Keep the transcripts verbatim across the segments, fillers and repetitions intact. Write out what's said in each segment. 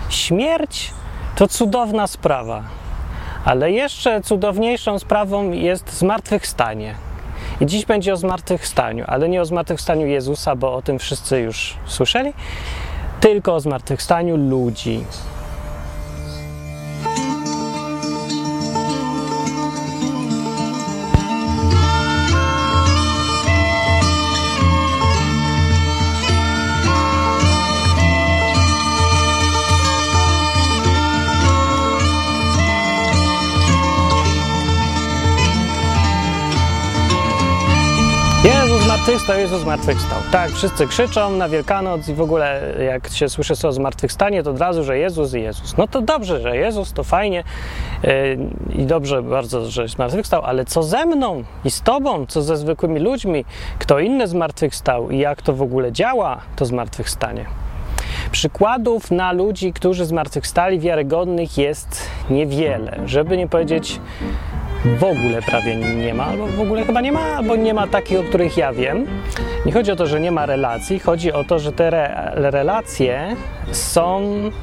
Śmierć to cudowna sprawa, ale jeszcze cudowniejszą sprawą jest zmartwychwstanie. I dziś będzie o zmartwychwstaniu, ale nie o zmartwychwstaniu Jezusa, bo o tym wszyscy już słyszeli, tylko o zmartwychwstaniu ludzi. Jezus zmartwychwstał, Jezus zmartwychwstał. Tak, wszyscy krzyczą na Wielkanoc i w ogóle jak się słyszy słowo zmartwychwstanie, to od razu, że Jezus i Jezus. No to dobrze, że Jezus, to fajnie yy, i dobrze bardzo, że zmartwychwstał, ale co ze mną i z Tobą, co ze zwykłymi ludźmi, kto inny zmartwychwstał i jak to w ogóle działa, to zmartwychwstanie. Przykładów na ludzi, którzy zmartwychwstali, wiarygodnych jest niewiele, żeby nie powiedzieć w ogóle prawie nie ma, albo w ogóle chyba nie ma, albo nie ma takich, o których ja wiem. Nie chodzi o to, że nie ma relacji, chodzi o to, że te re relacje są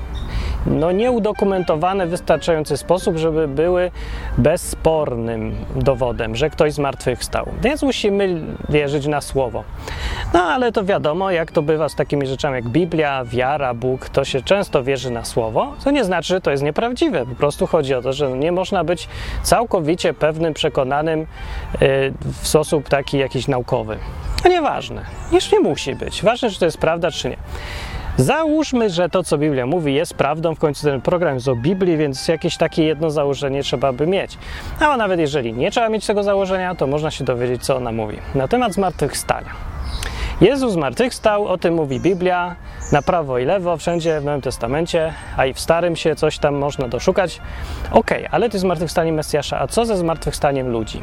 no, nieudokumentowane w wystarczający sposób, żeby były bezspornym dowodem, że ktoś zmartwychwstał. Więc musimy wierzyć na słowo. No ale to wiadomo, jak to bywa z takimi rzeczami jak Biblia, wiara, Bóg, to się często wierzy na słowo. To nie znaczy, że to jest nieprawdziwe. Po prostu chodzi o to, że nie można być całkowicie pewnym, przekonanym yy, w sposób taki jakiś naukowy. To nieważne. Już nie musi być. Ważne, czy to jest prawda, czy nie. Załóżmy, że to, co Biblia mówi, jest prawdą. W końcu ten program jest o Biblii, więc jakieś takie jedno założenie trzeba by mieć. A nawet jeżeli nie trzeba mieć tego założenia, to można się dowiedzieć, co ona mówi. Na temat zmartwychwstania. Jezus zmartwychwstał, o tym mówi Biblia, na prawo i lewo, wszędzie w Nowym Testamencie, a i w Starym się coś tam można doszukać. Okej, okay, ale to jest zmartwychwstanie Mesjasza, a co ze zmartwychwstaniem ludzi?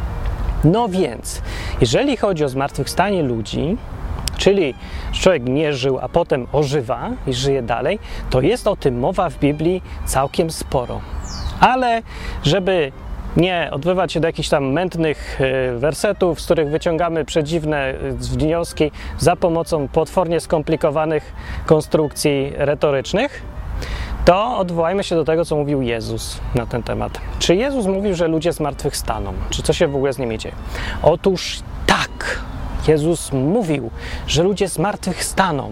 No więc, jeżeli chodzi o zmartwychwstanie ludzi, czyli że człowiek nie żył, a potem ożywa i żyje dalej, to jest o tym mowa w Biblii całkiem sporo. Ale żeby nie odbywać się do jakichś tam mętnych wersetów, z których wyciągamy przedziwne wnioski za pomocą potwornie skomplikowanych konstrukcji retorycznych, to odwołajmy się do tego, co mówił Jezus na ten temat. Czy Jezus mówił, że ludzie zmartwychwstaną? Czy co się w ogóle z nimi dzieje? Otóż tak! Jezus mówił, że ludzie zmartwychwstaną.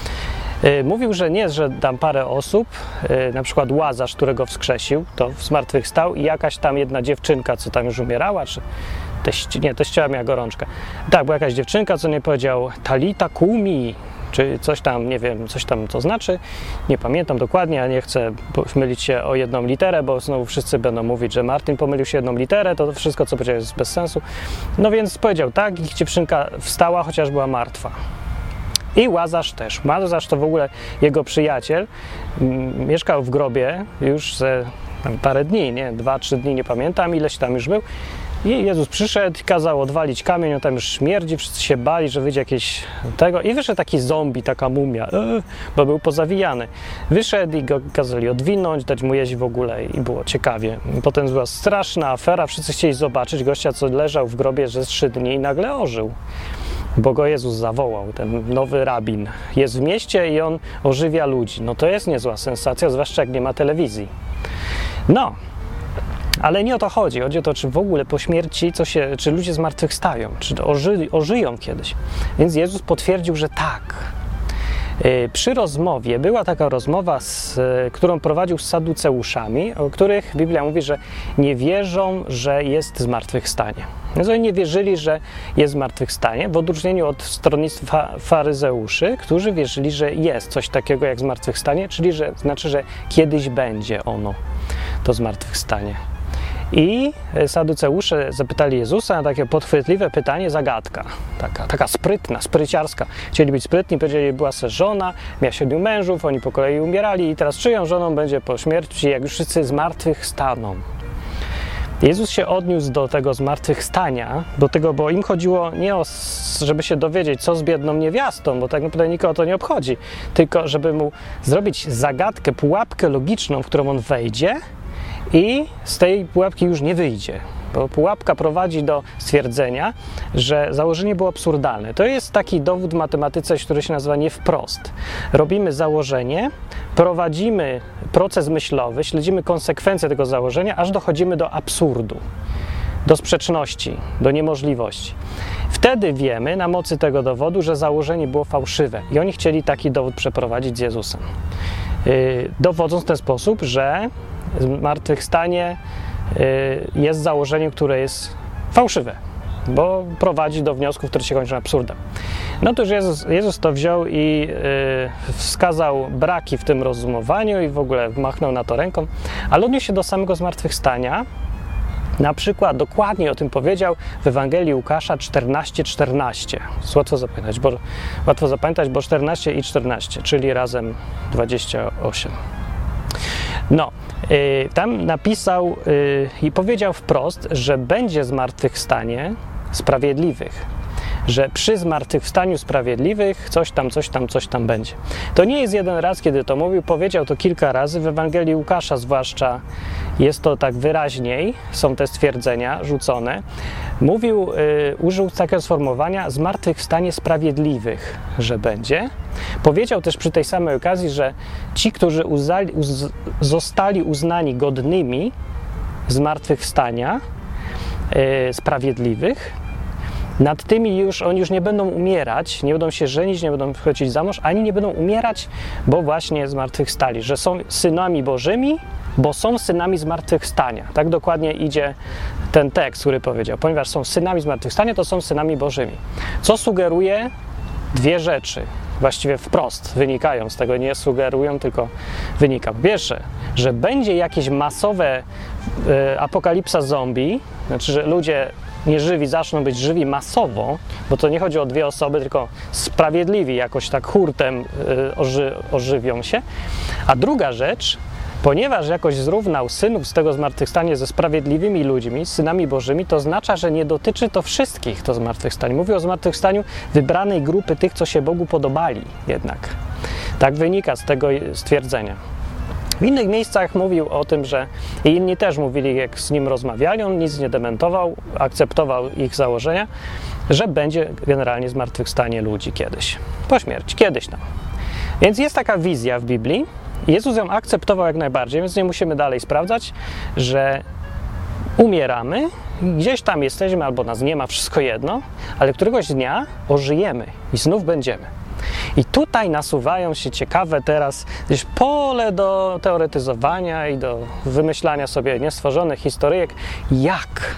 Mówił, że nie, że tam parę osób, na przykład Łazarz, którego wskrzesił, to zmartwychwstał i jakaś tam jedna dziewczynka, co tam już umierała, czy teść, nie, teściowa miała gorączkę. Tak, była jakaś dziewczynka, co nie powiedział Talita kumi, czy coś tam, nie wiem, coś tam to znaczy, nie pamiętam dokładnie, a nie chcę mylić się o jedną literę, bo znowu wszyscy będą mówić, że Martin pomylił się jedną literę, to wszystko, co powiedział, jest bez sensu. No więc powiedział tak, i dziewczynka wstała, chociaż była martwa. I Łazarz też. Łazarz to w ogóle jego przyjaciel, m, mieszkał w grobie już ze tam, parę dni, nie, dwa, trzy dni, nie pamiętam, ileś tam już był. I Jezus przyszedł, kazał odwalić kamień, on tam już śmierdzi, wszyscy się bali, że wyjdzie jakieś tego. I wyszedł taki zombie, taka mumia, yy, bo był pozawijany. Wyszedł i go kazali odwinąć, dać mu jeść w ogóle i było ciekawie. Potem była straszna afera, wszyscy chcieli zobaczyć gościa, co leżał w grobie przez trzy dni i nagle ożył. Bo go Jezus zawołał, ten nowy rabin. Jest w mieście i on ożywia ludzi. No to jest niezła sensacja, zwłaszcza jak nie ma telewizji. No. Ale nie o to chodzi. Chodzi o to, czy w ogóle po śmierci, co się, czy ludzie zmartwychwstają, czy oży, ożyją kiedyś. Więc Jezus potwierdził, że tak. Yy, przy rozmowie, była taka rozmowa, z, yy, którą prowadził z Saduceuszami, o których Biblia mówi, że nie wierzą, że jest zmartwychwstanie. Więc oni nie wierzyli, że jest zmartwychwstanie, w odróżnieniu od stronnictwa faryzeuszy, którzy wierzyli, że jest coś takiego jak zmartwychwstanie, czyli że znaczy, że kiedyś będzie ono, to zmartwychwstanie. I Saduceusze zapytali Jezusa na takie podchwytliwe pytanie, zagadka, taka, taka sprytna, spryciarska. Chcieli być sprytni, powiedzieli, była se żona, miała siedmiu mężów, oni po kolei umierali i teraz czyją żoną będzie po śmierci, jak już wszyscy zmartwychwstaną. Jezus się odniósł do tego zmartwychwstania, do tego, bo im chodziło nie o, żeby się dowiedzieć, co z biedną niewiastą, bo tak naprawdę nikogo to nie obchodzi, tylko żeby mu zrobić zagadkę, pułapkę logiczną, w którą on wejdzie i z tej pułapki już nie wyjdzie. bo pułapka prowadzi do stwierdzenia, że założenie było absurdalne. To jest taki dowód w matematyce, który się nazywa nie wprost. Robimy założenie, prowadzimy proces myślowy, śledzimy konsekwencje tego założenia, aż dochodzimy do absurdu, do sprzeczności, do niemożliwości. Wtedy wiemy na mocy tego dowodu, że założenie było fałszywe i oni chcieli taki dowód przeprowadzić z Jezusem. Yy, dowodząc w ten sposób, że zmartwychwstanie yy, jest założeniem, które jest fałszywe, bo prowadzi do wniosków, które się kończą absurdem. No to już Jezus, Jezus to wziął i yy, wskazał braki w tym rozumowaniu i w ogóle machnął na to ręką, ale odniósł się do samego zmartwychwstania. Na przykład dokładnie o tym powiedział w Ewangelii Łukasza czternaście czternaście. Jest łatwo zapamiętać, bo, łatwo zapamiętać, bo czternaście i czternaście, czyli razem dwadzieścia osiem. No, yy, tam napisał yy, i powiedział wprost, że będzie zmartwychwstanie sprawiedliwych. Że przy zmartwychwstaniu sprawiedliwych coś tam, coś tam, coś tam będzie. To nie jest jeden raz, kiedy to mówił, powiedział to kilka razy, w Ewangelii Łukasza zwłaszcza jest to tak wyraźniej, są te stwierdzenia rzucone. Mówił, y, użył takiego sformułowania zmartwychwstanie sprawiedliwych, że będzie. Powiedział też przy tej samej okazji, że ci, którzy uzali, uz, zostali uznani godnymi zmartwychwstania y, sprawiedliwych, nad tymi już oni już nie będą umierać, nie będą się żenić, nie będą wychodzić za mąż, ani nie będą umierać, bo właśnie zmartwychwstali, że są synami Bożymi, bo są synami zmartwychwstania. Tak dokładnie idzie ten tekst, który powiedział. Ponieważ są synami zmartwychwstania, to są synami Bożymi. Co sugeruje dwie rzeczy, właściwie wprost wynikają z tego, nie sugerują, tylko wynika. Po pierwsze, że będzie jakieś masowe y, apokalipsa zombie, znaczy, że ludzie nieżywi zaczną być żywi masowo, bo to nie chodzi o dwie osoby, tylko sprawiedliwi jakoś tak hurtem y, oży, ożywią się. A druga rzecz, ponieważ jakoś zrównał synów z tego zmartwychwstania ze sprawiedliwymi ludźmi, synami Bożymi, to oznacza, że nie dotyczy to wszystkich to zmartwychwstanie. Mówi o zmartwychwstaniu wybranej grupy tych, co się Bogu podobali jednak. Tak wynika z tego stwierdzenia. W innych miejscach mówił o tym, że i inni też mówili, jak z nim rozmawiali, on nic nie dementował, akceptował ich założenia, że będzie generalnie zmartwychwstanie ludzi kiedyś, po śmierci, kiedyś tam. Więc jest taka wizja w Biblii, Jezus ją akceptował jak najbardziej, więc nie musimy dalej sprawdzać, że umieramy, gdzieś tam jesteśmy, albo nas nie ma, wszystko jedno, ale któregoś dnia ożyjemy i znów będziemy. I tutaj nasuwają się ciekawe teraz gdzieś pole do teoretyzowania i do wymyślania sobie niestworzonych historyjek. Jak?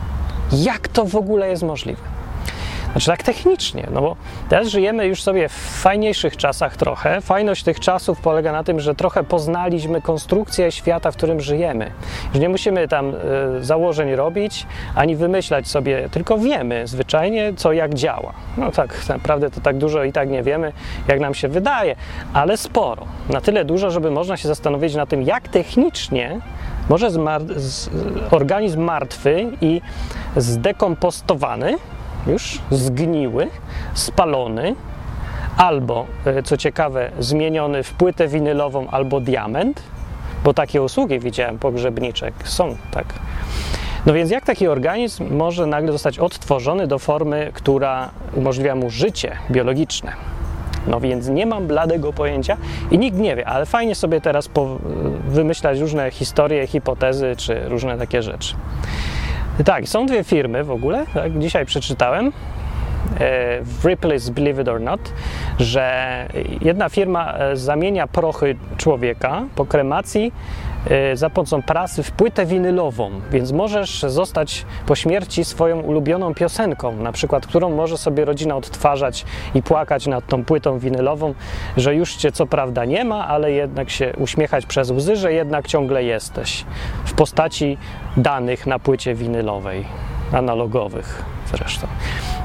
Jak to w ogóle jest możliwe? Znaczy tak technicznie, no bo teraz żyjemy już sobie w fajniejszych czasach trochę. Fajność tych czasów polega na tym, że trochę poznaliśmy konstrukcję świata, w którym żyjemy. Już nie musimy tam y, założeń robić, ani wymyślać sobie, tylko wiemy zwyczajnie, co jak działa. No tak naprawdę to tak dużo i tak nie wiemy, jak nam się wydaje, ale sporo. Na tyle dużo, żeby można się zastanowić nad tym, jak technicznie może zmar- z, organizm martwy i zdekompostowany, już zgniły, spalony, albo, co ciekawe, zmieniony w płytę winylową albo diament, bo takie usługi widziałem pogrzebniczek są, tak. No więc jak taki organizm może nagle zostać odtworzony do formy, która umożliwia mu życie biologiczne? No więc nie mam bladego pojęcia i nikt nie wie, ale fajnie sobie teraz po- wymyślać różne historie, hipotezy czy różne takie rzeczy. Tak, są dwie firmy w ogóle, tak, dzisiaj przeczytałem w Ripley's Believe It or Not, że jedna firma zamienia prochy człowieka po kremacji za pomocą prasy w płytę winylową, więc możesz zostać po śmierci swoją ulubioną piosenką, na przykład, którą może sobie rodzina odtwarzać i płakać nad tą płytą winylową, że już cię co prawda nie ma, ale jednak się uśmiechać przez łzy, że jednak ciągle jesteś w postaci danych na płycie winylowej, analogowych zresztą.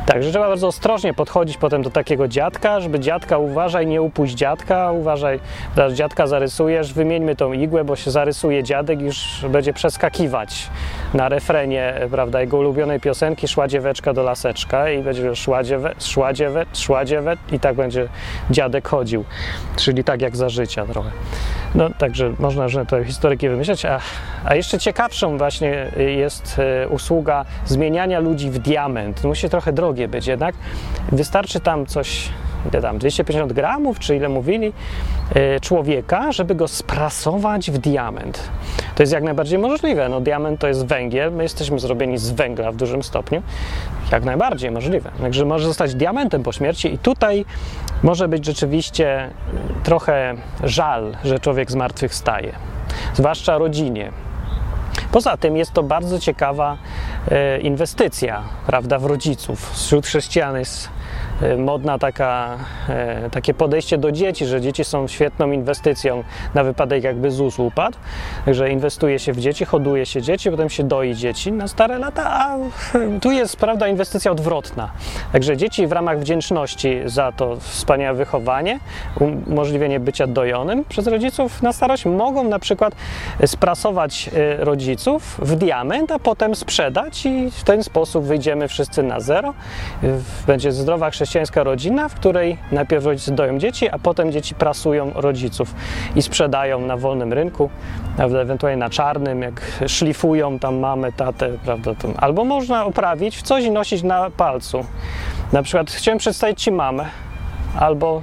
Także trzeba bardzo ostrożnie podchodzić potem do takiego dziadka, żeby dziadka uważaj, nie upuść dziadka, uważaj, zaraz dziadka zarysujesz, wymieńmy tą igłę, bo się zarysuje dziadek i już będzie przeskakiwać na refrenie, prawda, jego ulubionej piosenki Szła dzieweczka do laseczka i będzie szła dziewe, szła dziewe, szła dziewe i tak będzie dziadek chodził, czyli tak jak za życia trochę. No także można różne to historyki wymyśleć, a, a jeszcze ciekawszą właśnie jest e, usługa zmieniania ludzi w diament. Musi trochę drogie być jednak. Wystarczy tam coś, ile tam, dwieście pięćdziesiąt gramów, czy ile mówili, e, człowieka, żeby go sprasować w diament. To jest jak najbardziej możliwe. No diament to jest węgiel, my jesteśmy zrobieni z węgla w dużym stopniu. Jak najbardziej możliwe. Także może zostać diamentem po śmierci i tutaj może być rzeczywiście trochę żal, że człowiek zmartwychwstaje. Zwłaszcza rodzinie. Poza tym jest to bardzo ciekawa e, inwestycja, prawda, w rodziców. Wśród chrześcijan jest e, modna taka, e, takie podejście do dzieci, że dzieci są świetną inwestycją na wypadek jakby ZUS upadł. Także inwestuje się w dzieci, hoduje się dzieci, potem się doi dzieci na stare lata, a tu jest, prawda, inwestycja odwrotna. Także dzieci w ramach wdzięczności za to wspaniałe wychowanie, umożliwienie bycia dojonym przez rodziców na starość, mogą na przykład sprasować e, rodziców w diament, a potem sprzedać i w ten sposób wyjdziemy wszyscy na zero. Będzie zdrowa chrześcijańska rodzina, w której najpierw rodzice doją dzieci, a potem dzieci prasują rodziców i sprzedają na wolnym rynku, ewentualnie na czarnym, jak szlifują tam mamę, tatę, prawda, tam. Albo można oprawić w coś i nosić na palcu. Na przykład chciałem przedstawić Ci mamę, albo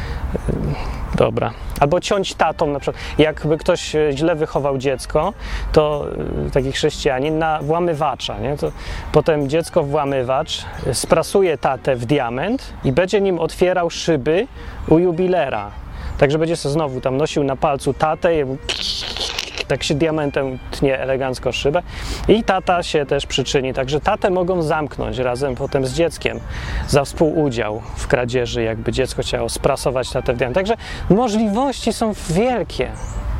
dobra. Albo ciąć tatą na przykład. Jakby ktoś źle wychował dziecko, to taki chrześcijanin na włamywacza, nie? To potem dziecko włamywacz sprasuje tatę w diament i będzie nim otwierał szyby u jubilera. Także będzie sobie znowu tam nosił na palcu tatę i tak się diamentem tnie elegancko szybę i tata się też przyczyni. Także tatę mogą zamknąć razem potem z dzieckiem za współudział w kradzieży, jakby dziecko chciało sprasować tatę w diament. Także możliwości są wielkie.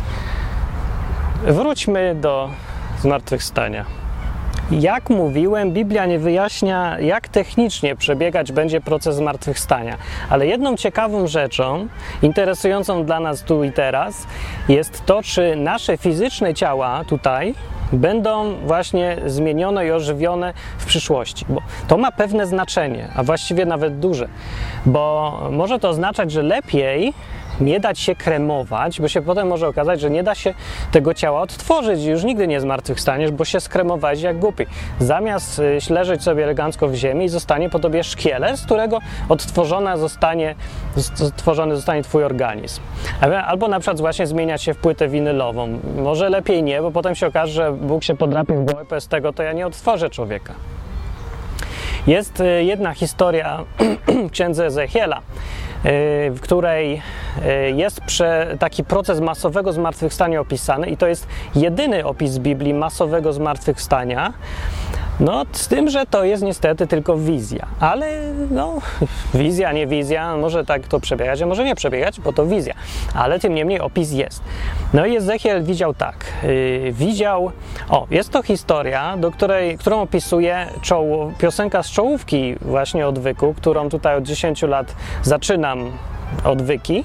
Wróćmy do zmartwychwstania. Jak mówiłem, Biblia nie wyjaśnia, jak technicznie przebiegać będzie proces zmartwychwstania, ale jedną ciekawą rzeczą, interesującą dla nas tu i teraz, jest to, czy nasze fizyczne ciała tutaj będą właśnie zmienione i ożywione w przyszłości, bo to ma pewne znaczenie, a właściwie nawet duże, bo może to oznaczać, że lepiej nie dać się kremować, bo się potem może okazać, że nie da się tego ciała odtworzyć i już nigdy nie zmartwychwstaniesz, bo się skremowałeś jak głupi. Zamiast leżeć sobie elegancko w ziemi, zostanie po tobie szkielet, z którego odtworzona zostanie, odtworzony zostanie twój organizm. Albo na przykład właśnie zmieniać się w płytę winylową. Może lepiej nie, bo potem się okaże, że Bóg się podrapie w głowę, bez tego to ja nie odtworzę człowieka. Jest jedna historia w księdze Ezechiela, w której jest taki proces masowego zmartwychwstania opisany i to jest jedyny opis Biblii masowego zmartwychwstania. No, z tym, że to jest niestety tylko wizja, ale no, wizja, nie wizja, może tak to przebiegać, a może nie przebiegać, bo to wizja, ale tym niemniej opis jest. No i Ezechiel widział tak, yy, widział, o, jest to historia, do której, którą opisuje czoło, piosenka z czołówki właśnie odwyku, którą tutaj od dziesięciu lat zaczynam odwyki.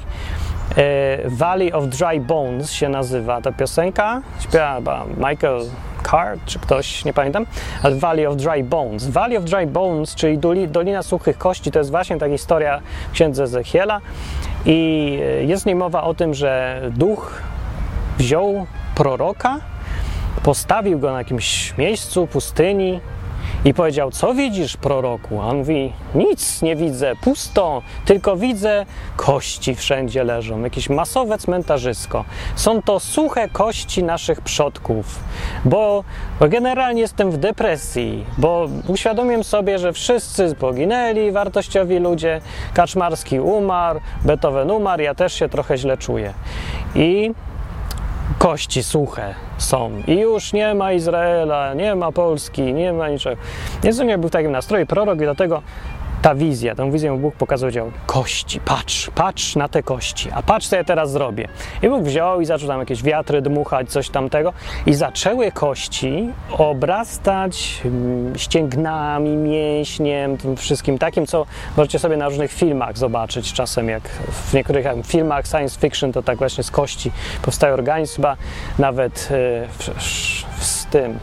Valley of Dry Bones się nazywa ta piosenka, śpiewa chyba Michael Card, czy ktoś, nie pamiętam, ale Valley of Dry Bones. Valley of Dry Bones, czyli Dolina Suchych Kości, to jest właśnie ta historia księdza Ezechiela i jest w niej mowa o tym, że duch wziął proroka, postawił go na jakimś miejscu, pustyni i powiedział, co widzisz, proroku? A on mówi, nic nie widzę, pusto, tylko widzę kości wszędzie leżą, jakieś masowe cmentarzysko. Są to suche kości naszych przodków, bo, bo generalnie jestem w depresji, bo uświadomiłem sobie, że wszyscy poginęli, wartościowi ludzie, Kaczmarski umarł, Beethoven umarł, ja też się trochę źle czuję. I kości suche są. I już nie ma Izraela, nie ma Polski, nie ma niczego. Więc on był w takim nastroju prorok i dlatego ta wizja, tą wizję Bóg pokazał kości, patrz, patrz na te kości, a patrz co ja teraz zrobię. I Bóg wziął i zaczął tam jakieś wiatry dmuchać, coś tamtego i zaczęły kości obrastać ścięgnami, mięśniem, tym wszystkim takim, co możecie sobie na różnych filmach zobaczyć czasem, jak w niektórych jak w filmach science fiction, to tak właśnie z kości powstaje organizm, chyba nawet w, w, w tym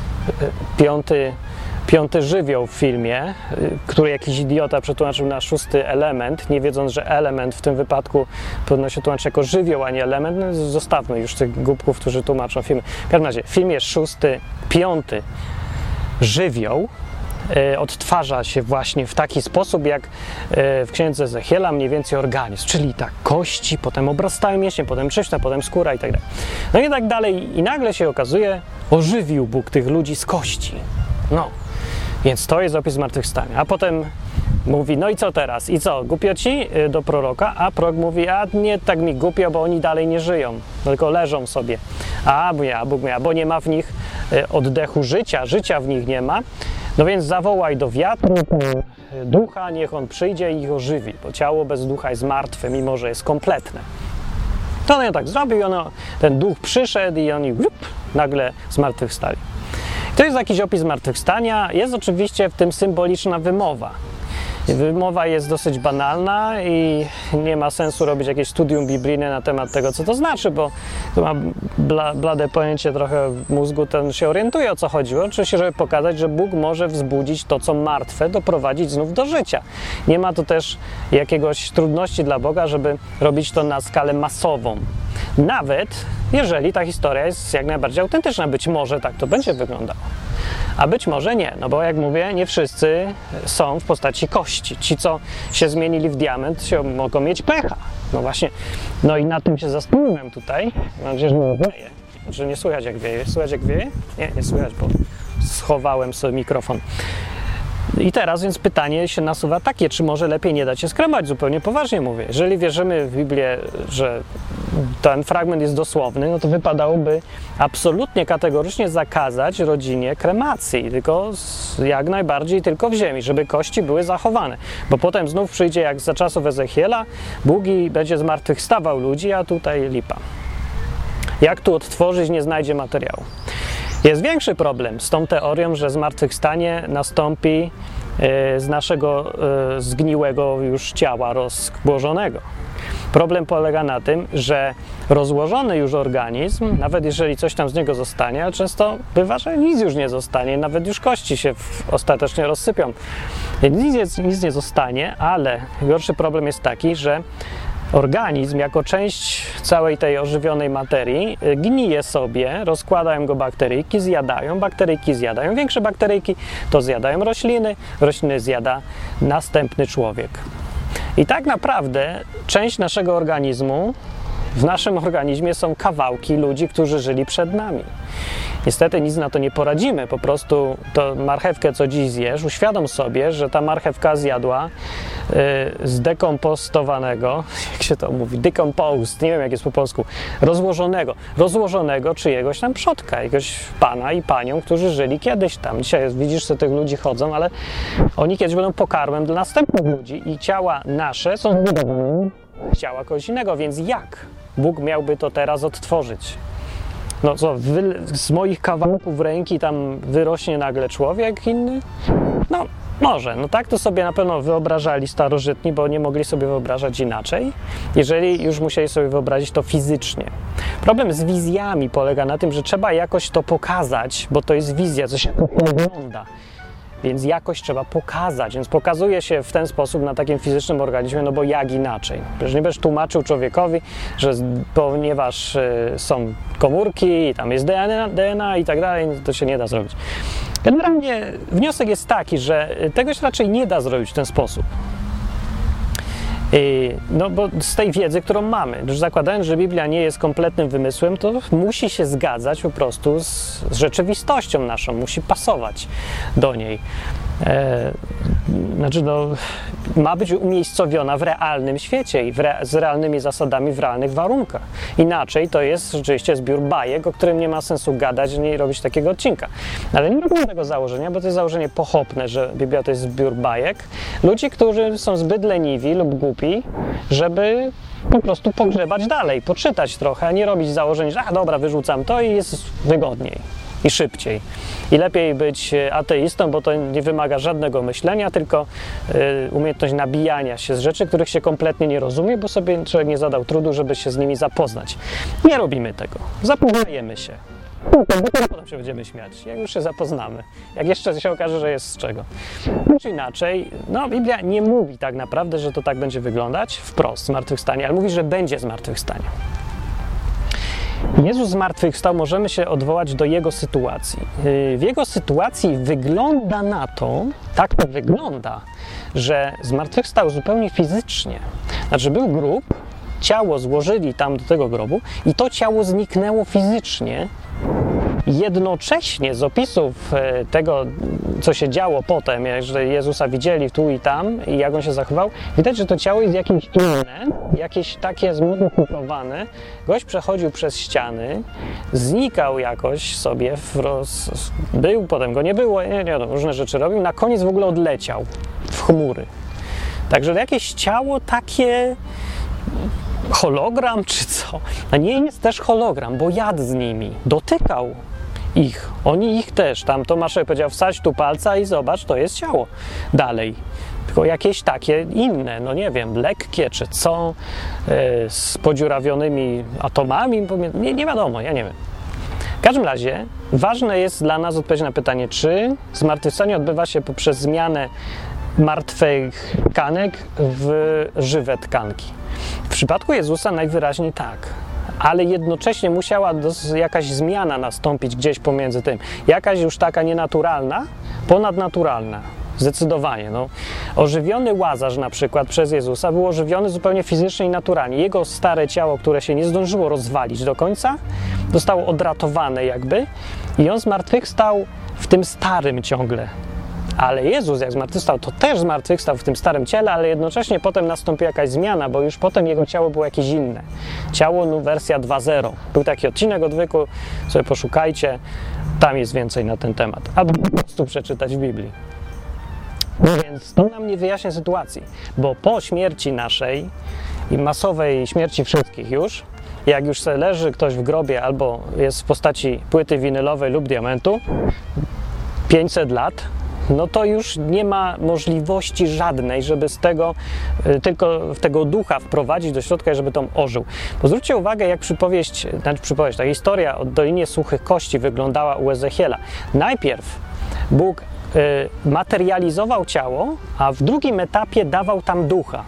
piąty Piąty żywioł w filmie, który jakiś idiota przetłumaczył na szósty element, nie wiedząc, że element w tym wypadku powinno się tłumaczyć jako żywioł, a nie element. No, zostawmy już tych głupków, którzy tłumaczą filmy. W każdym razie, w filmie szósty, piąty żywioł y, odtwarza się właśnie w taki sposób, jak y, w księdze Ezechiela, mniej więcej organizm, czyli tak kości, potem obrastają mięśnie, potem trzeszcza, potem skóra i tak dalej. No i tak dalej. I nagle się okazuje, ożywił Bóg tych ludzi z kości. No. Więc to jest opis zmartwychwstania. A potem mówi, no i co teraz? I co? Głupio ci do proroka? A prorok mówi, a nie tak mi głupio, bo oni dalej nie żyją, tylko leżą sobie. A ja, Bóg mówi, bo nie ma w nich oddechu życia, życia w nich nie ma. No więc zawołaj do wiatru ducha, niech on przyjdzie i ich ożywi, bo ciało bez ducha jest martwe, mimo że jest kompletne. To on tak zrobił, ono, ten duch przyszedł i oni wrup, nagle zmartwychwstali. To jest jakiś opis zmartwychwstania. Jest oczywiście w tym symboliczna wymowa. Wymowa jest dosyć banalna i nie ma sensu robić jakieś studium biblijne na temat tego, co to znaczy, bo to ma bla, blade pojęcie trochę w mózgu, ten się orientuje, o co chodziło. Oczywiście, żeby pokazać, że Bóg może wzbudzić to, co martwe, doprowadzić znów do życia. Nie ma tu też jakiegoś trudności dla Boga, żeby robić to na skalę masową. Nawet jeżeli ta historia jest jak najbardziej autentyczna, być może tak to będzie wyglądało. A być może nie, no bo jak mówię, nie wszyscy są w postaci kości. Ci, co się zmienili w diament, się mogą mieć pecha. No właśnie, no i na tym się zastanawiam tutaj. Mam nadzieję, że nie wieje. Znaczy nie słychać jak wieje. Słychać jak wieje? Nie, nie słychać, bo schowałem sobie mikrofon. I teraz więc pytanie się nasuwa takie, czy może lepiej nie dać się skrępować? Zupełnie poważnie mówię. Jeżeli wierzymy w Biblię, że ten fragment jest dosłowny, no to wypadałoby absolutnie kategorycznie zakazać rodzinie kremacji, tylko jak najbardziej tylko w ziemi, żeby kości były zachowane. Bo potem znów przyjdzie jak za czasów Ezechiela, Bóg i będzie zmartwychwstawał ludzi, a tutaj lipa. Jak tu odtworzyć, nie znajdzie materiału. Jest większy problem z tą teorią, że zmartwychwstanie nastąpi z naszego zgniłego już ciała rozłożonego. Problem polega na tym, że rozłożony już organizm, nawet jeżeli coś tam z niego zostanie, ale często bywa, że nic już nie zostanie, nawet już kości się ostatecznie rozsypią. Nic, nic nie zostanie, ale gorszy problem jest taki, że organizm jako część całej tej ożywionej materii gnije sobie, rozkładają go bakteryjki, zjadają, bakteryjki zjadają większe bakteryjki, to zjadają rośliny, rośliny zjada następny człowiek. I tak naprawdę część naszego organizmu, w naszym organizmie są kawałki ludzi, którzy żyli przed nami. Niestety nic na to nie poradzimy, po prostu to marchewkę, co dziś zjesz, uświadom sobie, że ta marchewka zjadła yy, zdekompostowanego, jak się to mówi, decomposed, nie wiem jak jest po polsku, rozłożonego, rozłożonego czyjegoś tam przodka, jakiegoś pana i panią, którzy żyli kiedyś tam. Dzisiaj jest, widzisz, że tych ludzi chodzą, ale oni kiedyś będą pokarmem dla następnych ludzi i ciała nasze są zbudowane ciała kogoś innego, więc jak Bóg miałby to teraz odtworzyć? No co, wy, z moich kawałków ręki tam wyrośnie nagle człowiek inny? No może, no tak to sobie na pewno wyobrażali starożytni, bo nie mogli sobie wyobrażać inaczej, jeżeli już musieli sobie wyobrazić to fizycznie. Problem z wizjami polega na tym, że trzeba jakoś to pokazać, bo to jest wizja, coś jak wygląda. Więc jakoś trzeba pokazać, więc pokazuje się w ten sposób na takim fizycznym organizmie, no bo jak inaczej? Przecież nie będziesz tłumaczył człowiekowi, że ponieważ y, są komórki i tam jest D N A, D N A i tak dalej, to się nie da zrobić. Generalnie wniosek jest taki, że tego się raczej nie da zrobić w ten sposób. No bo z tej wiedzy, którą mamy, już zakładając, że Biblia nie jest kompletnym wymysłem, to musi się zgadzać po prostu z, z rzeczywistością naszą, musi pasować do niej. e, znaczy no, ma być umiejscowiona w realnym świecie i w re, z realnymi zasadami, w realnych warunkach. Inaczej to jest rzeczywiście zbiór bajek, o którym nie ma sensu gadać, nie robić takiego odcinka. Ale nie robimy tego założenia, bo to jest założenie pochopne, że Biblia to jest zbiór bajek. Ludzi, którzy są zbyt leniwi lub głupi, żeby po prostu pogrzebać dalej, poczytać trochę, a nie robić założeń, że a dobra, wyrzucam to i jest wygodniej i szybciej. I lepiej być ateistą, bo to nie wymaga żadnego myślenia, tylko y, umiejętność nabijania się z rzeczy, których się kompletnie nie rozumie, bo sobie człowiek nie zadał trudu, żeby się z nimi zapoznać. Nie robimy tego. Zapoznajemy się. Dopiero potem się będziemy śmiać, jak już się zapoznamy. Jak jeszcze się okaże, że jest z czego. Czy inaczej, no Biblia nie mówi tak naprawdę, że to tak będzie wyglądać wprost, zmartwychwstanie, ale mówi, że będzie zmartwychwstanie. Jezus zmartwychwstał, możemy się odwołać do Jego sytuacji. W Jego sytuacji wygląda na to, tak to wygląda, że zmartwychwstał zupełnie fizycznie. Znaczy był grób, ciało złożyli tam do tego grobu i to ciało zniknęło fizycznie. Jednocześnie z opisów tego, co się działo potem, że Jezusa widzieli tu i tam i jak on się zachował, widać, że to ciało jest jakieś inne, jakieś takie zmodyfikowane. Gość przechodził przez ściany, znikał jakoś sobie, w roz... był, potem go nie było, nie, nie wiadomo, różne rzeczy robił, na koniec w ogóle odleciał w chmury. Także jakieś ciało takie... hologram czy co? A nie jest też hologram, bo jadł z nimi, dotykał ich, oni ich też. Tam Tomaszek powiedział, wsadź tu palca i zobacz, to jest ciało. Dalej. Tylko jakieś takie inne, no nie wiem, lekkie czy co, yy, z podziurawionymi atomami, nie, nie wiadomo, ja nie wiem. W każdym razie ważne jest dla nas odpowiedź na pytanie, czy zmartwychwstanie odbywa się poprzez zmianę martwych tkanek w żywe tkanki. W przypadku Jezusa najwyraźniej tak, ale jednocześnie musiała dos- jakaś zmiana nastąpić gdzieś pomiędzy tym. Jakaś już taka nienaturalna, ponadnaturalna. Zdecydowanie. No. Ożywiony Łazarz na przykład przez Jezusa był ożywiony zupełnie fizycznie i naturalnie. Jego stare ciało, które się nie zdążyło rozwalić do końca, zostało odratowane jakby i on zmartwychwstał w tym starym ciągle. Ale Jezus, jak zmartwychwstał, to też zmartwychwstał w tym starym ciele, ale jednocześnie potem nastąpiła jakaś zmiana, bo już potem jego ciało było jakieś inne. Ciało, no, wersja dwa zero. Był taki odcinek odwyku, sobie poszukajcie, tam jest więcej na ten temat. Albo po prostu przeczytać w Biblii. No więc to nam nie wyjaśnia sytuacji, bo po śmierci naszej i masowej śmierci wszystkich już, jak już sobie leży ktoś w grobie albo jest w postaci płyty winylowej lub diamentu, pięćset lat, no to już nie ma możliwości żadnej, żeby z tego, tylko w tego ducha wprowadzić do środka, żeby tam ożył. Bo zwróćcie uwagę, jak przypowieść, znaczy przypowieść, ta historia o Dolinie Suchych Kości wyglądała u Ezechiela. Najpierw Bóg y, materializował ciało, a w drugim etapie dawał tam ducha.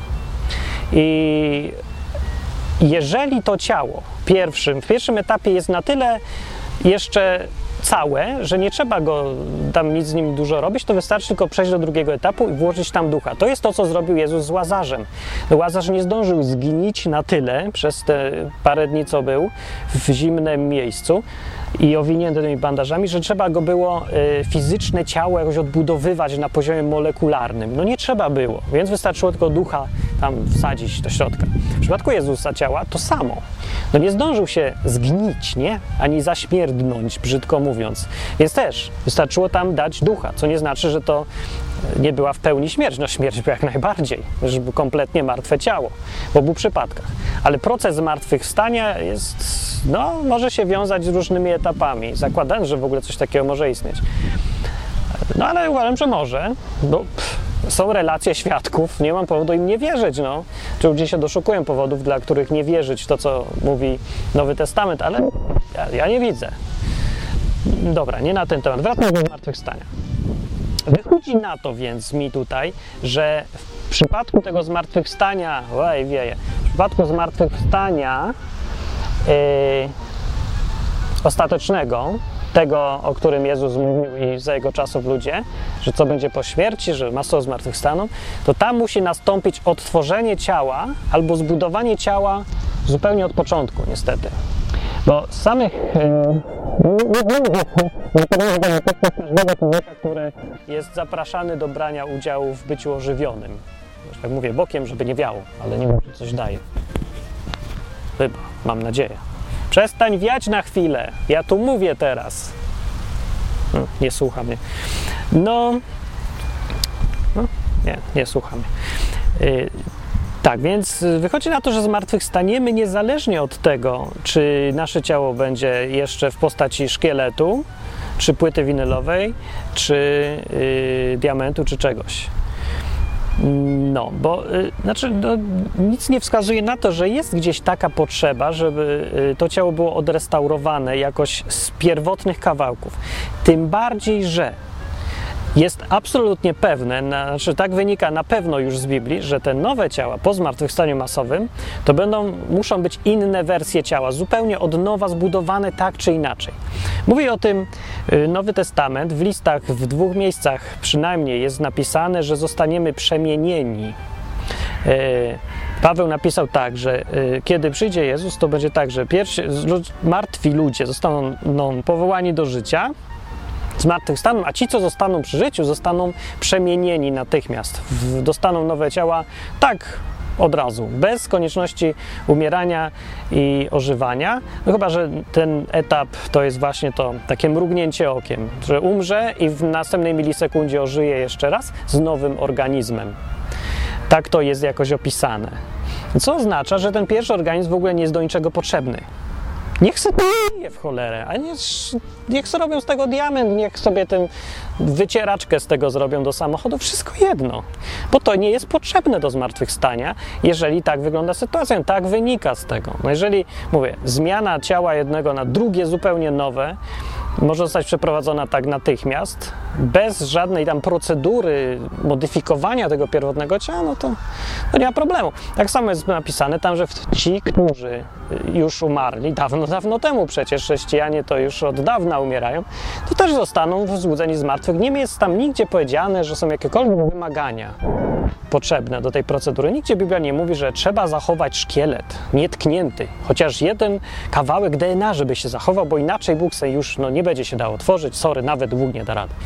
I jeżeli to ciało pierwszym, w pierwszym etapie jest na tyle jeszcze całe, że nie trzeba go tam nic z nim dużo robić, to wystarczy tylko przejść do drugiego etapu i włożyć tam ducha. To jest to, co zrobił Jezus z Łazarzem. Łazarz nie zdążył zgnić na tyle przez te parę dni, co był w zimnym miejscu i owinięty tymi bandażami, że trzeba go było y, fizyczne ciało jakoś odbudowywać na poziomie molekularnym. No nie trzeba było, więc wystarczyło tylko ducha tam wsadzić do środka. W przypadku Jezusa ciała to samo. No nie zdążył się zgnić, nie? Ani zaśmierdnąć, brzydko mówiąc. Więc też wystarczyło tam dać ducha, co nie znaczy, że to nie była w pełni śmierć. No śmierć była jak najbardziej, że było kompletnie martwe ciało w obu przypadkach. Ale proces zmartwychwstania jest, no, może się wiązać z różnymi etapami, zakładając, że w ogóle coś takiego może istnieć. No ale uważam, że może, bo pff, są relacje świadków, nie mam powodu im nie wierzyć, no. Czy ludzie się doszukują powodów, dla których nie wierzyć w to, co mówi Nowy Testament, ale ja, ja nie widzę. Dobra, nie na ten temat. Wracamy do zmartwychwstania. Wychodzi na to więc mi tutaj, że w przypadku tego zmartwychwstania, oj wieje, w przypadku zmartwychwstania yy, ostatecznego, tego, o którym Jezus mówił i za jego czasów ludzie, że co będzie po śmierci, że masowo zmartwychwstaną, to tam musi nastąpić odtworzenie ciała albo zbudowanie ciała zupełnie od początku, niestety. Bo z samych każdego człowieka, który jest zapraszany do brania udziału w byciu ożywionym. Tak mówię bokiem, żeby nie wiało, ale nie wiem, czy coś daje. Chyba, mam nadzieję. Przestań wiać na chwilę. Ja tu mówię teraz. No, nie słucha mnie. No, no nie, nie słucha mnie. Yy, tak, więc wychodzi na to, że zmartwychwstaniemy niezależnie od tego, czy nasze ciało będzie jeszcze w postaci szkieletu, czy płyty winylowej, czy yy, diamentu, czy czegoś. No, bo y, znaczy, no, nic nie wskazuje na to, że jest gdzieś taka potrzeba, żeby y, to ciało było odrestaurowane jakoś z pierwotnych kawałków. Tym bardziej, że jest absolutnie pewne, na, znaczy tak wynika na pewno już z Biblii, że te nowe ciała po zmartwychwstaniu masowym to będą, muszą być inne wersje ciała, zupełnie od nowa zbudowane tak czy inaczej. Mówi o tym Nowy Testament, w listach w dwóch miejscach przynajmniej jest napisane, że zostaniemy przemienieni. Paweł napisał tak, że kiedy przyjdzie Jezus, to będzie tak, że pierwsi martwi ludzie zostaną no, powołani do życia, zmartwychwstaną, a ci, co zostaną przy życiu, zostaną przemienieni natychmiast, w, dostaną nowe ciała tak od razu, bez konieczności umierania i ożywania, no chyba że ten etap to jest właśnie to takie mrugnięcie okiem, że umrze i w następnej milisekundzie ożyje jeszcze raz z nowym organizmem. Tak to jest jakoś opisane. Co oznacza, że ten pierwszy organizm w ogóle nie jest do niczego potrzebny. Niech sobie pije w cholerę, a nie, niech sobie robią z tego diament, niech sobie tę wycieraczkę z tego zrobią do samochodu, wszystko jedno. Bo to nie jest potrzebne do zmartwychwstania, jeżeli tak wygląda sytuacja, tak wynika z tego. No jeżeli, mówię, zmiana ciała jednego na drugie zupełnie nowe może zostać przeprowadzona tak natychmiast, bez żadnej tam procedury modyfikowania tego pierwotnego ciała, no to, to nie ma problemu. Tak samo jest napisane tam, że ci, którzy już umarli, dawno, dawno temu przecież chrześcijanie to już od dawna umierają, to też zostaną wzbudzeni z martwych. Nie jest tam nigdzie powiedziane, że są jakiekolwiek wymagania potrzebne do tej procedury. Nigdzie Biblia nie mówi, że trzeba zachować szkielet nietknięty, chociaż jeden kawałek D N A, żeby się zachował, bo inaczej Bóg sobie już no, nie będzie się dało tworzyć. Sorry, nawet Bóg nie da rady.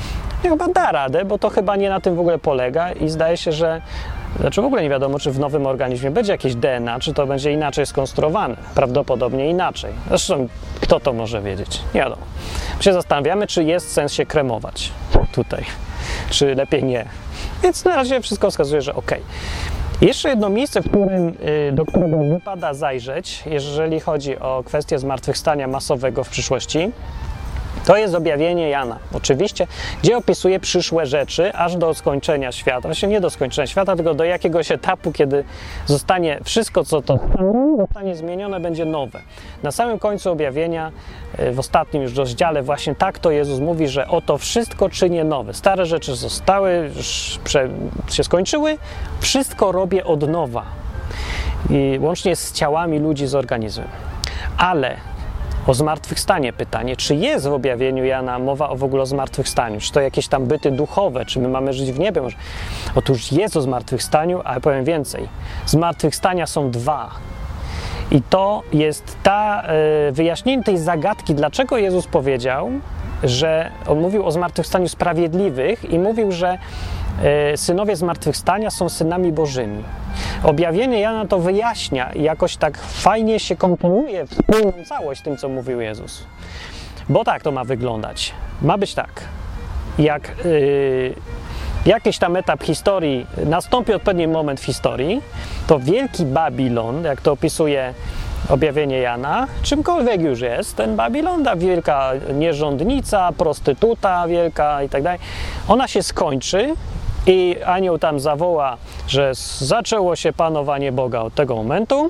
I chyba da radę, bo to chyba nie na tym w ogóle polega i zdaje się, że znaczy w ogóle nie wiadomo, czy w nowym organizmie będzie jakieś D N A, czy to będzie inaczej skonstruowane. Prawdopodobnie inaczej. Zresztą kto to może wiedzieć? Nie wiadomo. My się zastanawiamy, czy jest sens się kremować tutaj, czy lepiej nie. Więc na razie wszystko wskazuje, że okej. Jeszcze jedno miejsce, w którym, do którego wypada zajrzeć, jeżeli chodzi o kwestię zmartwychwstania masowego w przyszłości, to jest objawienie Jana, oczywiście, gdzie opisuje przyszłe rzeczy aż do skończenia świata. Właśnie nie do skończenia świata, tylko do jakiegoś etapu, kiedy zostanie wszystko, co to zostanie zmienione, będzie nowe. Na samym końcu objawienia, w ostatnim już rozdziale, właśnie tak to Jezus mówi, że oto wszystko czynię nowe. Stare rzeczy zostały, już prze, się skończyły, wszystko robię od nowa. I łącznie z ciałami ludzi, z organizmem. Ale o zmartwychwstanie pytanie, czy jest w objawieniu Jana mowa o w ogóle o zmartwychwstaniu? Czy to jakieś tam byty duchowe? Czy my mamy żyć w niebie? Może? Otóż jest o zmartwychwstaniu, ale powiem więcej. Zmartwychwstania są dwa. I to jest ta y, wyjaśnienie tej zagadki, dlaczego Jezus powiedział, że on mówił o zmartwychwstaniu sprawiedliwych i mówił, że y, synowie zmartwychwstania są synami Bożymi. Objawienie Jana to wyjaśnia i jakoś tak fajnie się komponuje w wspólną całość z tym, co mówił Jezus. Bo tak to ma wyglądać. Ma być tak, jak yy, jakiś tam etap historii, nastąpi odpowiedni moment w historii, to wielki Babilon, jak to opisuje objawienie Jana, czymkolwiek już jest, ten Babilon, ta wielka nierządnica, prostytuta wielka i tak dalej, ona się skończy i anioł tam zawoła, że zaczęło się panowanie Boga od tego momentu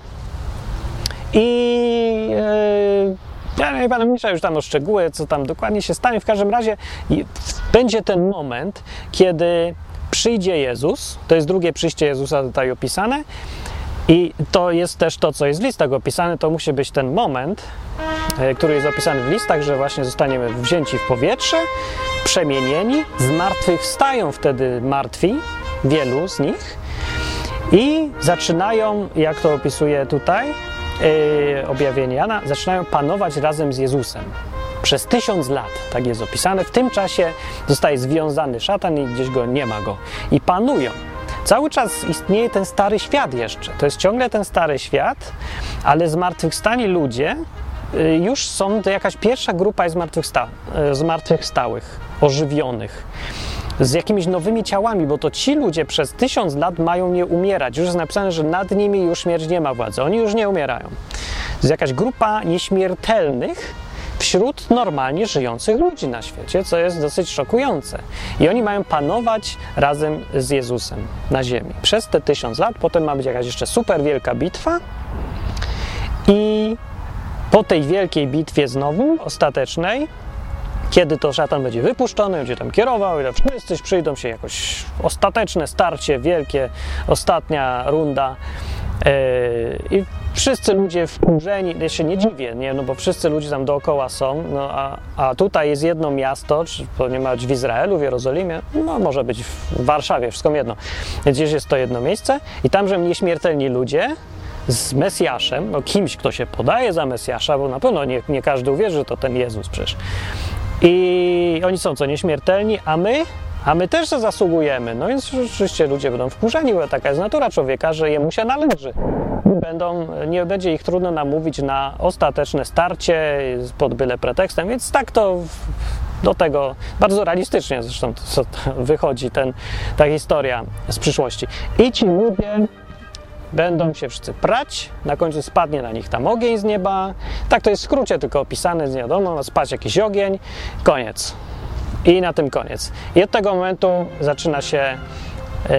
i yy, ja nie będę myślał już tam o szczegóły, co tam dokładnie się stanie. W każdym razie będzie ten moment, kiedy przyjdzie Jezus, to jest drugie przyjście Jezusa tutaj opisane i to jest też to, co jest w listach opisane, to musi być ten moment, który jest opisany w listach, że właśnie zostaniemy wzięci w powietrze, przemienieni, zmartwychwstają wtedy martwi, wielu z nich i zaczynają, jak to opisuje tutaj, yy, objawienie Jana, zaczynają panować razem z Jezusem. Przez tysiąc lat, tak jest opisane. W tym czasie zostaje związany szatan i gdzieś go nie ma go. I panują. Cały czas istnieje ten stary świat jeszcze. To jest ciągle ten stary świat, ale zmartwychwstani ludzie y, już są, to jakaś pierwsza grupa jest zmartwychwsta, y, zmartwychwstałych, ożywionych. Z jakimiś nowymi ciałami, bo to ci ludzie przez tysiąc lat mają nie umierać. Już jest napisane, że nad nimi już śmierć nie ma władzy. Oni już nie umierają. To jest jakaś grupa nieśmiertelnych wśród normalnie żyjących ludzi na świecie, co jest dosyć szokujące. I oni mają panować razem z Jezusem na ziemi. Przez te tysiąc lat, potem ma być jakaś jeszcze super wielka bitwa i po tej wielkiej bitwie znowu, ostatecznej, kiedy to szatan będzie wypuszczony, będzie tam kierował, i wszyscy przyjdą się jakoś ostateczne starcie, wielkie, ostatnia runda yy, i wszyscy ludzie wkurzeni, ja się nie dziwię, nie? No bo wszyscy ludzie tam dookoła są, no a, a tutaj jest jedno miasto, czy pewnie ma być w Izraelu, w Jerozolimie, no może być w Warszawie, wszystko jedno. Gdzieś jest to jedno miejsce i tam, że nieśmiertelni ludzie z Mesjaszem, no kimś, kto się podaje za Mesjasza, bo na pewno nie, nie każdy uwierzy, że to ten Jezus przecież. I oni są co, nieśmiertelni, a my? A my też to zasługujemy. No więc rzeczywiście ludzie będą wkurzeni, bo taka jest natura człowieka, że jemu się należy. Będą, nie będzie ich trudno namówić na ostateczne starcie pod byle pretekstem, więc tak to do tego bardzo realistycznie zresztą to, to wychodzi ten, ta historia z przyszłości. I ci ludzie będą się wszyscy prać, na końcu spadnie na nich tam ogień z nieba. Tak to jest w skrócie tylko opisane, nie wiadomo, ma spać jakiś ogień, koniec. I na tym koniec. I od tego momentu zaczyna się yy,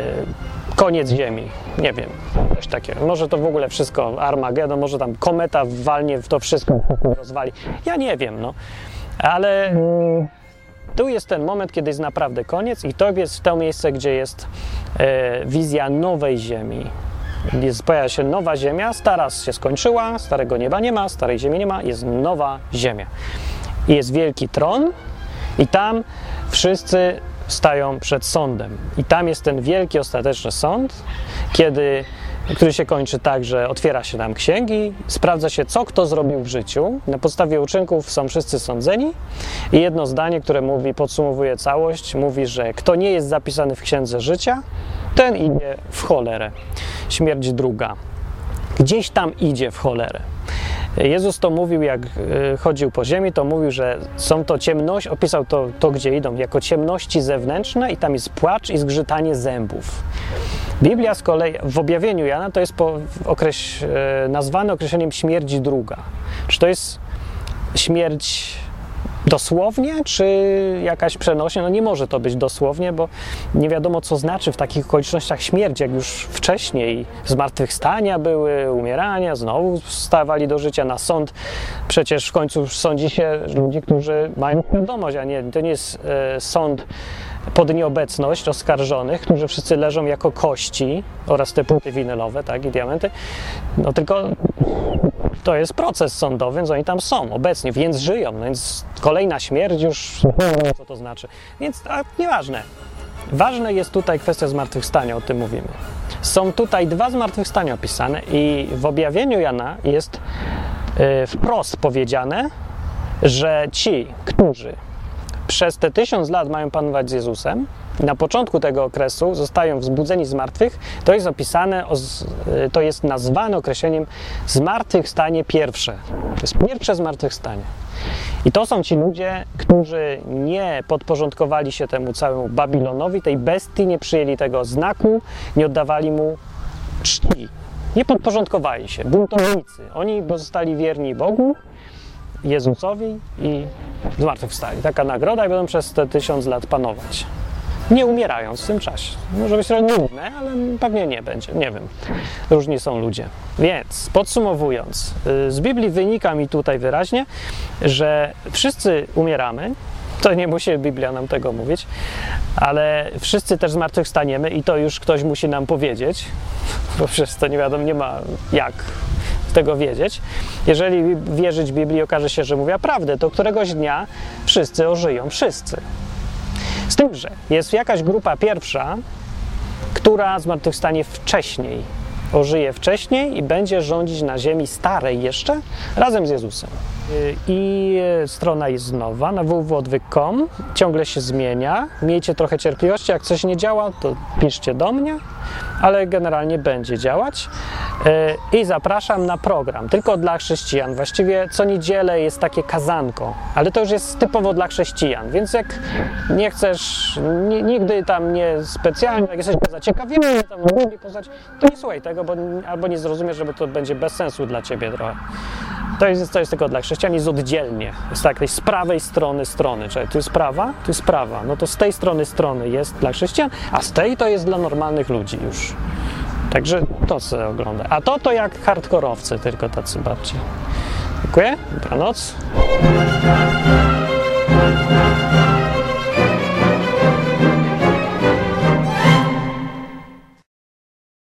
koniec Ziemi. Nie wiem, coś takiego. Może to w ogóle wszystko Armagedon, może tam kometa walnie w to wszystko, rozwali. Ja nie wiem, no. Ale yy, tu jest ten moment, kiedy jest naprawdę koniec i to jest to miejsce, gdzie jest yy, wizja nowej Ziemi. Jest, pojawia się nowa Ziemia, stara się skończyła, starego nieba nie ma, starej Ziemi nie ma, jest nowa Ziemia. I jest wielki tron i tam wszyscy stają przed sądem. I tam jest ten wielki, ostateczny sąd, kiedy, który się kończy tak, że otwiera się tam księgi, sprawdza się, co kto zrobił w życiu. Na podstawie uczynków są wszyscy sądzeni i jedno zdanie, które mówi, podsumowuje całość, mówi, że kto nie jest zapisany w księdze życia, ten idzie w cholerę. Śmierć druga. Gdzieś tam idzie w cholerę. Jezus to mówił, jak chodził po ziemi, to mówił, że są to ciemność, opisał to, to gdzie idą, jako ciemności zewnętrzne i tam jest płacz i zgrzytanie zębów. Biblia z kolei w objawieniu Jana to jest po, okreś, nazwane określeniem śmierć druga. Czy to jest śmierć dosłownie, czy jakaś przenośnie? No nie może to być dosłownie, bo nie wiadomo, co znaczy w takich okolicznościach śmierć, jak już wcześniej zmartwychwstania były, umierania, znowu wstawali do życia na sąd. Przecież w końcu sądzi się ludzi, którzy mają świadomość, a nie, to nie jest e, sąd pod nieobecność oskarżonych, którzy wszyscy leżą jako kości oraz te płyty winylowe, tak, i diamenty, no tylko to jest proces sądowy, więc oni tam są obecnie, więc żyją, no więc kolejna śmierć już, co to znaczy, więc a, nieważne. Ważne jest tutaj kwestia zmartwychwstania, o tym mówimy. Są tutaj dwa zmartwychwstania opisane i w objawieniu Jana jest yy, wprost powiedziane, że ci, którzy przez te tysiąc lat mają panować z Jezusem, na początku tego okresu zostają wzbudzeni z martwych, to jest opisane, to jest nazwane określeniem zmartwychwstanie pierwsze. To jest pierwsze zmartwychwstanie. I to są ci ludzie, którzy nie podporządkowali się temu całemu Babilonowi, tej bestii, nie przyjęli tego znaku, nie oddawali mu czci. Nie podporządkowali się, buntownicy. Oni pozostali wierni Bogu, Jezusowi i zmartwychwstali. Taka nagroda i będą przez te tysiąc lat panować. Nie umierając w tym czasie. Może być trochę nudne, ale pewnie nie będzie. Nie wiem. Różni są ludzie. Więc podsumowując, z Biblii wynika mi tutaj wyraźnie, że wszyscy umieramy. To nie musi Biblia nam tego mówić, ale wszyscy też zmartwychwstaniemy i to już ktoś musi nam powiedzieć, bo przecież to nie wiadomo, nie ma jak tego wiedzieć. Jeżeli wierzyć Biblii, okaże się, że mówię prawdę, to któregoś dnia wszyscy ożyją. Wszyscy. Z tym, że jest jakaś grupa pierwsza, która zmartwychwstanie wcześniej ożyje wcześniej i będzie rządzić na ziemi starej jeszcze razem z Jezusem. I strona jest nowa na w w w kropka odwyk kropka com, ciągle się zmienia. Miejcie trochę cierpliwości, jak coś nie działa, to piszcie do mnie, ale generalnie będzie działać. I zapraszam na program, tylko dla chrześcijan. Właściwie co niedzielę jest takie kazanko, ale to już jest typowo dla chrześcijan, więc jak nie chcesz, nie, nigdy tam nie specjalnie, jak jesteś zaciekawiony, tam lubi poznać, to nie słuchaj tego, bo albo nie zrozumiesz, żeby to będzie bez sensu dla ciebie trochę. To jest, to jest tylko dla chrześcijan, jest oddzielnie. Jest tak, z prawej strony strony, czyli tu jest prawa, tu jest prawa. No to z tej strony strony jest dla chrześcijan, a z tej to jest dla normalnych ludzi już. Także to sobie ogląda. A to to jak hardkorowcy, tylko tacy bardziej. Dziękuję, dobranoc.